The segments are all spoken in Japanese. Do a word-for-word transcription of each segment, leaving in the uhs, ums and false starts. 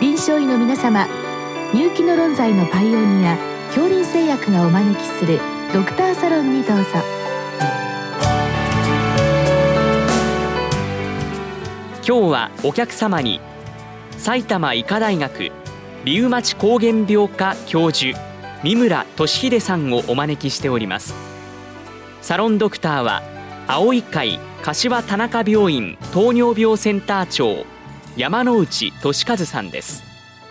臨床医の皆様、入気の論剤のパイオニア恐林製薬がお招きするドクターサロンにどうぞ。 今日はお客様に埼玉医科大学リウマチ膠原病科教授三村俊秀さんをお招きしております。サロンドクターは青い会柏田中病院糖尿病センター長山内俊和さんです。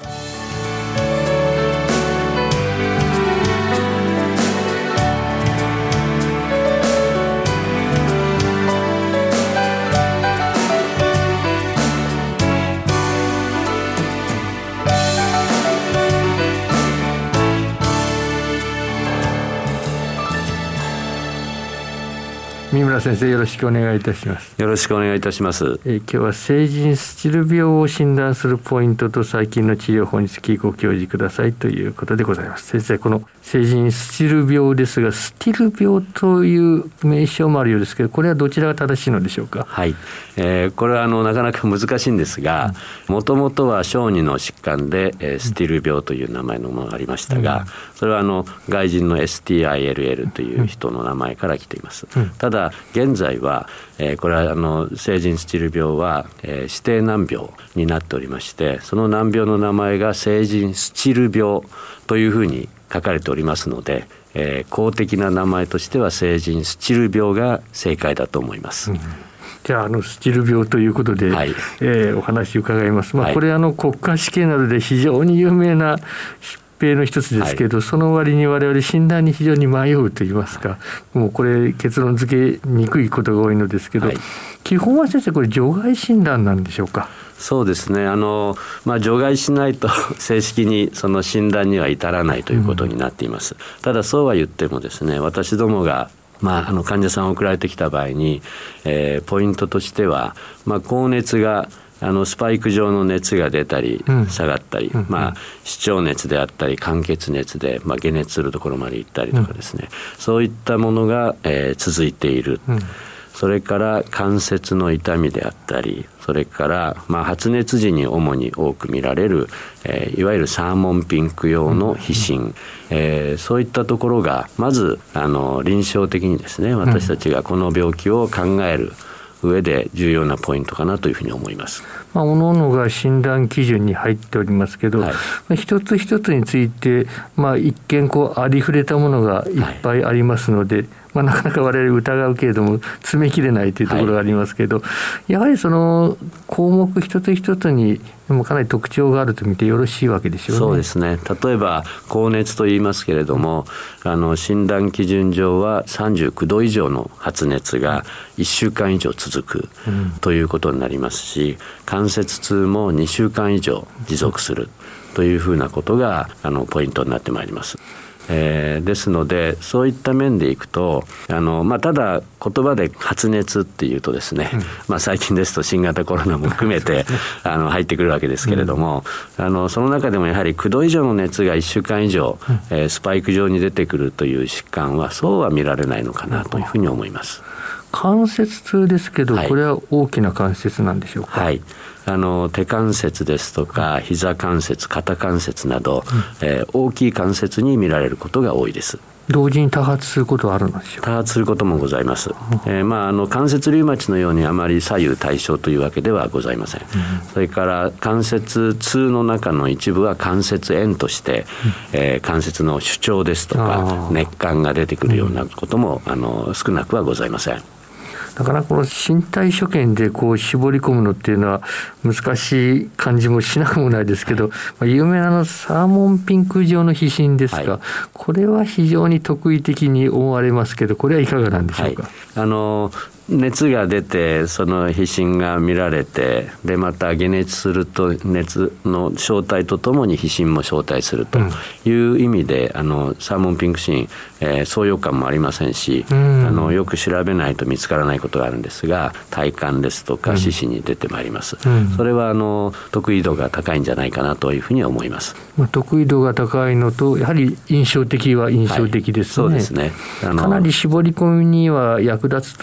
三村先生、よろしくお願いいたします。 よろしくお願いいたします。 えー、今日は成人スチル病を診断するポイントと最近の治療法につきご教示くださいということでございます。先生、この成人スチル病ですが、スティル病という名称もあるようですけど、これはどちらが正しいのでしょうか。 はい、えー、これはあのなかなか難しいんですが、もともとは小児の疾患で、えー、スティル病という名前のものがありましたが、うん、それはあの外人の エスティーアイエルエル という人の名前から来ています。うん、ただ現在は、えー、これはあの成人スチル病は、えー、指定難病になっておりまして、その難病の名前が成人スチル病というふうに書かれておりますので、えー、公的な名前としては成人スチル病が正解だと思います。うん、 じゃあ、あのスチル病ということで、はい、えー、お話伺います。まあ、これ、はい、あの国家試験などで非常に有名な疾病の一つですけど、はい、その割に我々診断に非常に迷うといいますか、もうこれ結論付けにくいことが多いのですけど、はい、基本は先生、これ除外診断なんでしょうか。 そうですね、あの、まあ、除外しないと正式にその診断には至らないということになっています。うん、ただそうは言ってもですね、私どもがまあ、あの患者さんを送られてきた場合に、えー、ポイントとしては、まあ、高熱があのスパイク状の熱が出たり下がったり、うん、まあ、視腸熱であったり間欠熱で、まあ、解熱するところまで行ったりとかですね、うん、そういったものが、えー、続いている。うん、それから関節の痛みであったり、それから、まあ、発熱時に主に多く見られる、えー、いわゆるサーモンピンク用の皮疹、えー、そういったところがまずあの臨床的にですね、私たちがこの病気を考える上で重要なポイントかなというふうに思います。 まあ、各々が診断基準に入っておりますけど、はい、まあ、一つ一つについて、まあ、一見こうありふれたものがいっぱいありますので、はい、まあ、なかなか我々疑うけれども詰めきれないというところがありますけど、はい、やはりその項目一つ一つにもかなり特徴があると見てよろしいわけでしょうね。 そうですね。例えば高熱と言いますけれども、うん、あの診断基準上はさんじゅうきゅうど以上の発熱がいっしゅうかん以上続くということになりますし、関節痛もにしゅうかん以上持続するというふうなことがあのポイントになってまいります。えー、ですのでそういった面でいくとあの、まあ、ただ言葉で発熱っていうとですね、うん、まあ、最近ですと新型コロナも含めてあの入ってくるわけですけれども、うん、あのその中でもやはりきゅうど以上の熱がいっしゅうかん以上、うん、えー、スパイク状に出てくるという疾患はそうは見られないのかなというふうに思います。 関節痛ですけど、はい、これは大きな関節なんでしょうか。 はい、あの手関節ですとか膝関節、肩関節など、うん、えー、大きい関節に見られることが多いです。 同時に多発することはあるのでしょうか。 多発することもございます。えーまあ、あの関節リウマチのようにあまり左右対称というわけではございません。うん、それから関節痛の中の一部は関節炎として、うん、えー、関節の主張ですとか熱感が出てくるようなことも、うん、あの少なくはございません。 なかなかこの身体所見でこう絞り込むのっていうのは難しい感じもしなくもないですけど、はい、有名なのサーモンピンク状の皮疹ですが、はい、これは非常に特異的に思われますけど、これはいかがなんでしょうか。はい、あの熱が出てその皮疹が見られて、でまた解熱すると熱の正体とともに皮疹も正体するという意味で、うん、あのサーモンピンク疹、えー、創用感もありませんし、うん、あのよく調べないと見つからないことがあるんですが、体幹ですとか四肢に出てまいります。うん、それはあの特異度が高いんじゃないかなというふうに思います。 特異度が高いのとやはり印象的は印象的ですね。 はい、そうですね。 あのかなり絞り込みには役立つと思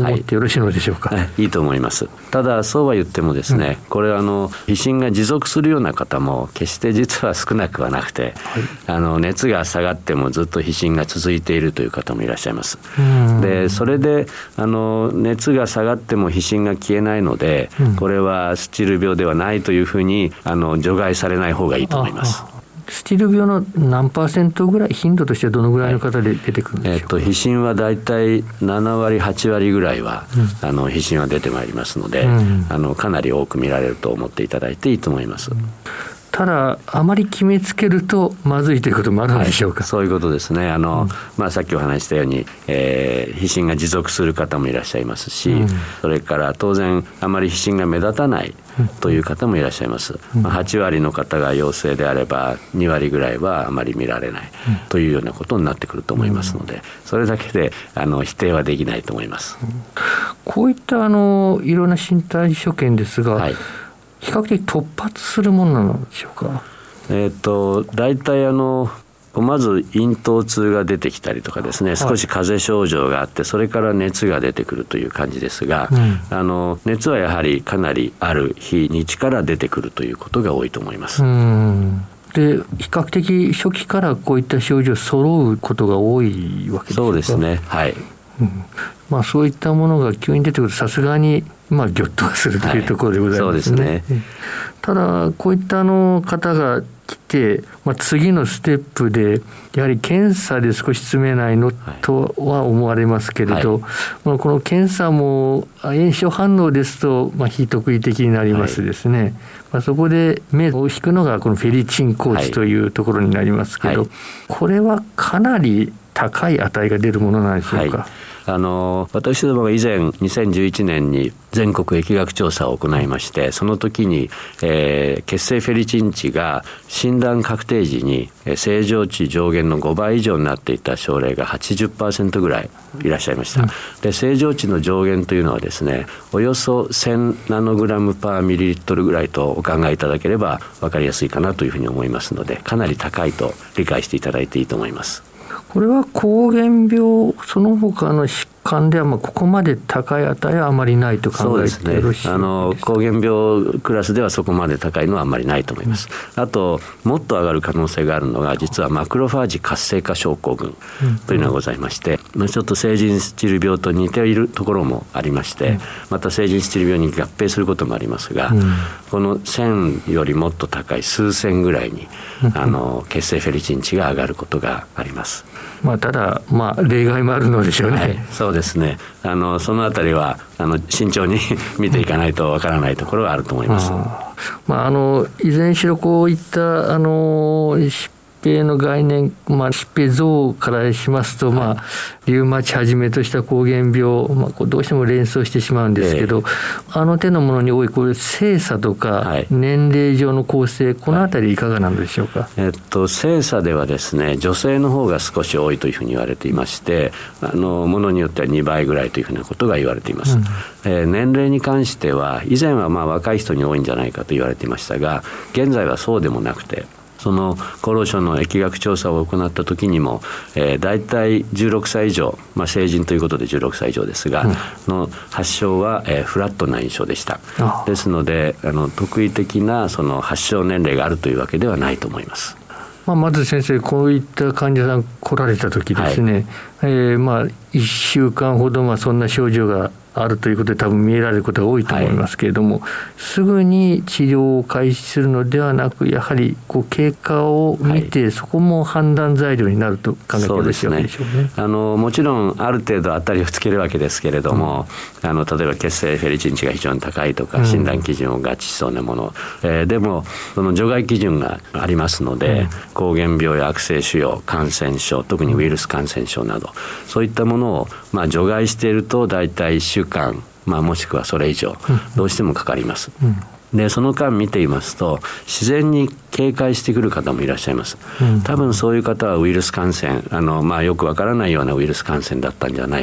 思ってよろしいのでしょうか。 はい、いいと思います。ただそうは言ってもですね、うん、これはあの皮疹が持続するような方も決して実は少なくはなくて、はい、あの熱が下がってもずっと皮疹が続いているという方もいらっしゃいます。でそれであの熱が下がっても皮疹が消えないので、うん、これはスチル病ではないというふうにあの除外されない方がいいと思います。 スチル病の何パーセントぐらい、頻度としてはどのぐらいの方で出てくるんでしょうか。 はいえー、と皮疹はだいたいななわりはちわりぐらいは、うん、あの皮疹は出てまいりますので、うん、あのかなり多く見られると思っていただいていいと思います。うん、 ただあまり決めつけるとまずいということもあるんでしょうか。 はい、そういうことですね。あの、うんまあ、さっきお話したように、えー、皮疹が持続する方もいらっしゃいますし、うん、それから当然あまり皮疹が目立たないという方もいらっしゃいます。うんまあ、はちわりの方が陽性であればにわりぐらいはあまり見られないというようなことになってくると思いますので、それだけであの否定はできないと思います。うん、 こういったあのいろんな身体所見ですが、はい、比較的突発するものなのでしょうか。 えー、と大体あのまず咽頭痛が出てきたりとかですね、少し風邪症状があってそれから熱が出てくるという感じですが、うん、あの熱はやはりかなりある日にちから出てくるということが多いと思います。 うんで比較的初期からこういった症状揃うことが多いわけでしょうか。 そうですね、はいうんまあ、そういったものが急に出てくるとさすがにまあギョッとはするというところでございますね。はい、そうですね。ただこういったあの方が来て、まあ、次のステップでやはり検査で少し詰めないのとは思われますけれど、はいまあ、この検査も炎症反応ですとまあ非特異的になりますですね。はいまあ、そこで目を引くのがこのフェリチン高値というところになりますけど、はい、これはかなり高い値が出るものなんでしょうか。はいあの私どもが以前にせんじゅういちねんに全国疫学調査を行いまして、その時に、えー、血清フェリチン値が診断確定時に正常値上限のごばい以上になっていた症例が はちじゅっパーセント ぐらいいらっしゃいました。うん、で正常値の上限というのはですね、およそせんナノグラムパーミリリットルぐらいとお考えいただければ分かりやすいかなというふうに思いますので、かなり高いと理解していただいていいと思います。 これは膠原病その他の疾患ではまあここまで高い値はあまりないと考えてよろしいですか。 あの膠原病クラスではそこまで高いのはあまりないと思います。うん、あともっと上がる可能性があるのが実はマクロファージ活性化症候群というのがございまして、うん、ちょっと成人スチル病と似ているところもありまして、うん、また成人スチル病に合併することもありますが、うん、このせんよりもっと高い数千ぐらいに、うん、あの血清フェリチン値が上がることがあります。 まあ、ただ、まあ、例外もあるのでしょうね。 はい、そうですね。あのそのあたりはあの慎重に見ていかないとわからないところがあると思います。 あまあ、あのいずれにしろこういったあの疾病の概念、まあ、疾病像からしますと、まあ、リウマチはじめとした膠原病、まあ、こうどうしても連想してしまうんですけど、えー、あの手のものに多いこれ性差とか、はい、年齢上の構成、このあたりいかがなんでしょうか。はいえっと、性差ではですね、女性の方が少し多いというふうに言われていまして、あのものによってはにばいぐらいというふうなことが言われています。うんえー、年齢に関しては以前はまあ若い人に多いんじゃないかと言われていましたが、現在はそうでもなくて、その厚労省の疫学調査を行った時にも、えー、大体じゅうろくさい以上、まあ、成人ということでじゅうろくさい以上ですが、うん、の発症は、えー、フラットな印象でした。ですのであの特異的なその発症年齢があるというわけではないと思います。 まあ、まず先生、こういった患者さん来られた時ですね、はいえー、まあいっしゅうかんほどまあそんな症状があるということで多分見えられることが多いと思いますけれども、はい、すぐに治療を開始するのではなく、やはりこう経過を見て、はい、そこも判断材料になると考えてよろしいわけでしょうね。 あのもちろんある程度当たりをつけるわけですけれども、うん、あの例えば血清フェリチン値が非常に高いとか、うん、診断基準を合致しそうなもの、えー、でもその除外基準がありますので、うん、膠原病や悪性腫瘍、感染症、特にウイルス感染症などそういったものをまあ除外していると大体いっしゅうかん、まあ、もしくはそれ以上どうしてもかかります。うんでその間見ていますと自然に警戒してくる方もいらっしゃいます。多分そういう方はウイルス感染あの、まあ、よくわからないようなウイルス感染だったんじゃないか、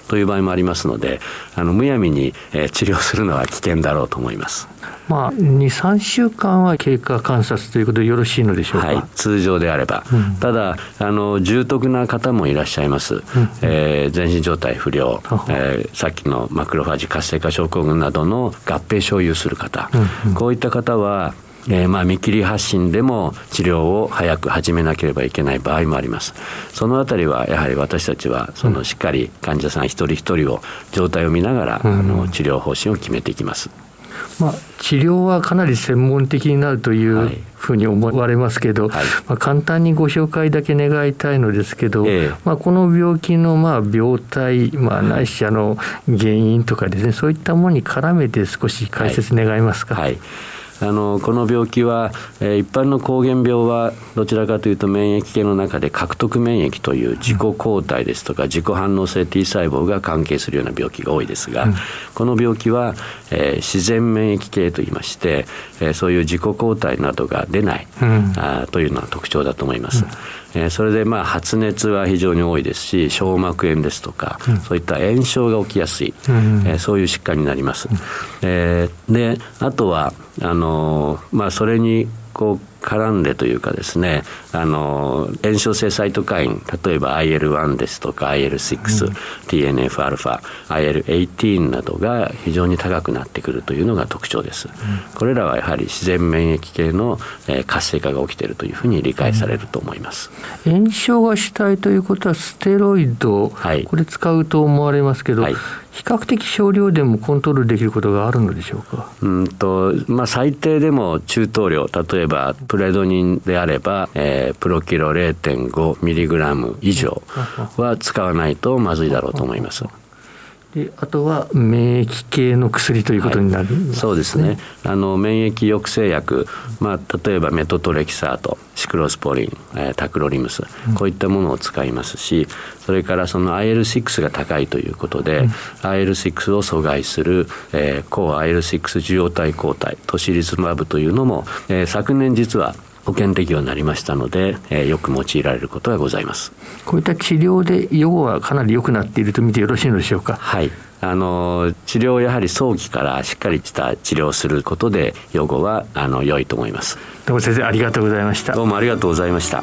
という場合もありますので、あのむやみに、えー、治療するのは危険だろうと思います。 まあ、に、さんしゅうかんは経過観察ということでよろしいのでしょうか。 はい、通常であれば、うん、ただあの重篤な方もいらっしゃいます、うんえー、全身状態不良、えー、さっきのマクロファージ活性化症候群などの合併症を有する方、うんうん、こういった方はえー、まあ見切り発疹でも治療を早く始めなければいけない場合もあります。そのあたりはやはり私たちはそのしっかり患者さん一人一人を状態を見ながら、うん、あの治療方針を決めていきます。 まあ、治療はかなり専門的になるというふうに思われますけど、はいまあ、簡単にご紹介だけ願いたいのですけど、えーまあ、この病気のまあ病態、まあ、ないしあの原因とかですね、そういったものに絡めて少し解説願えますか。 はいはいあのこの病気は、えー、一般の膠原病はどちらかというと免疫系の中で獲得免疫という自己抗体ですとか自己反応性 T 細胞が関係するような病気が多いですが、うん、この病気は、えー、自然免疫系といいまして、えー、そういう自己抗体などが出ない、うん、あというのが特徴だと思います、うんえー、それでまあ発熱は非常に多いですし小膜炎ですとか、うん、そういった炎症が起きやすい、うんえー、そういう疾患になります、うんえー、であとはあのまあ、それにこう絡んでというかですね、あの炎症性サイトカイン、例えば アイエルワン ですとか アイエルシックス、うん、ティーエヌエフアルファ、アイエルエイティーン などが非常に高くなってくるというのが特徴です、うん、これらはやはり自然免疫系の、えー、活性化が起きているというふうに理解されると思います、 うん、炎症が主体ということはステロイド、はい、これ使うと思われますけど、はい比較的少量でもコントロールできることがあるのでしょうか。 うんと、まあ、最低でも中等量、例えばプレドニンであれば、えー、プロキロ ゼロてんごミリグラム 以上は使わないとまずいだろうと思います。 であとは免疫系の薬ということになるんですね、 はい、そうですね。あの免疫抑制薬、まあ、例えばメトトレキサート、シクロスポリン、えー、タクロリムス、こういったものを使いますし、それからその アイエルシックス が高いということで、うん、アイエルシックス を阻害する、えー、抗 アイエルシックス 受容体抗体トシリズマブというのも、えー、昨年実は保険適用になりましたので、えー、よく用いられることがございます。 こういった治療で予後はかなり良くなっていると見てよろしいのでしょうか。 はい、あの治療をやはり早期からしっかりした治療をすることで予後はあの良いと思います。 どうも先生ありがとうございました。 どうもありがとうございました。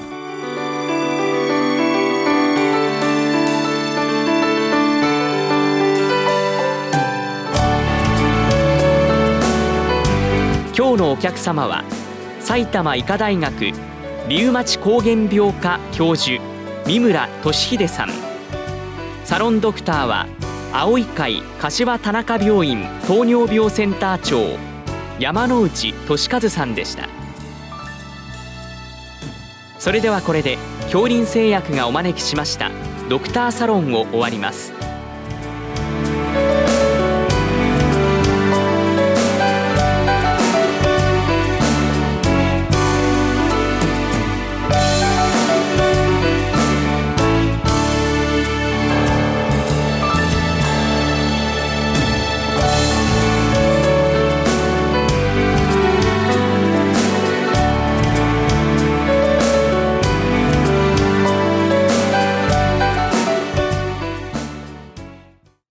今日のお客様は埼玉医科大学リウマチ膠原病科教授三村俊秀さん。サロンドクターは青い会柏田中病院糖尿病センター長山内俊和さんでした。それではこれで恐林製薬がお招きしましたドクターサロンを終わります。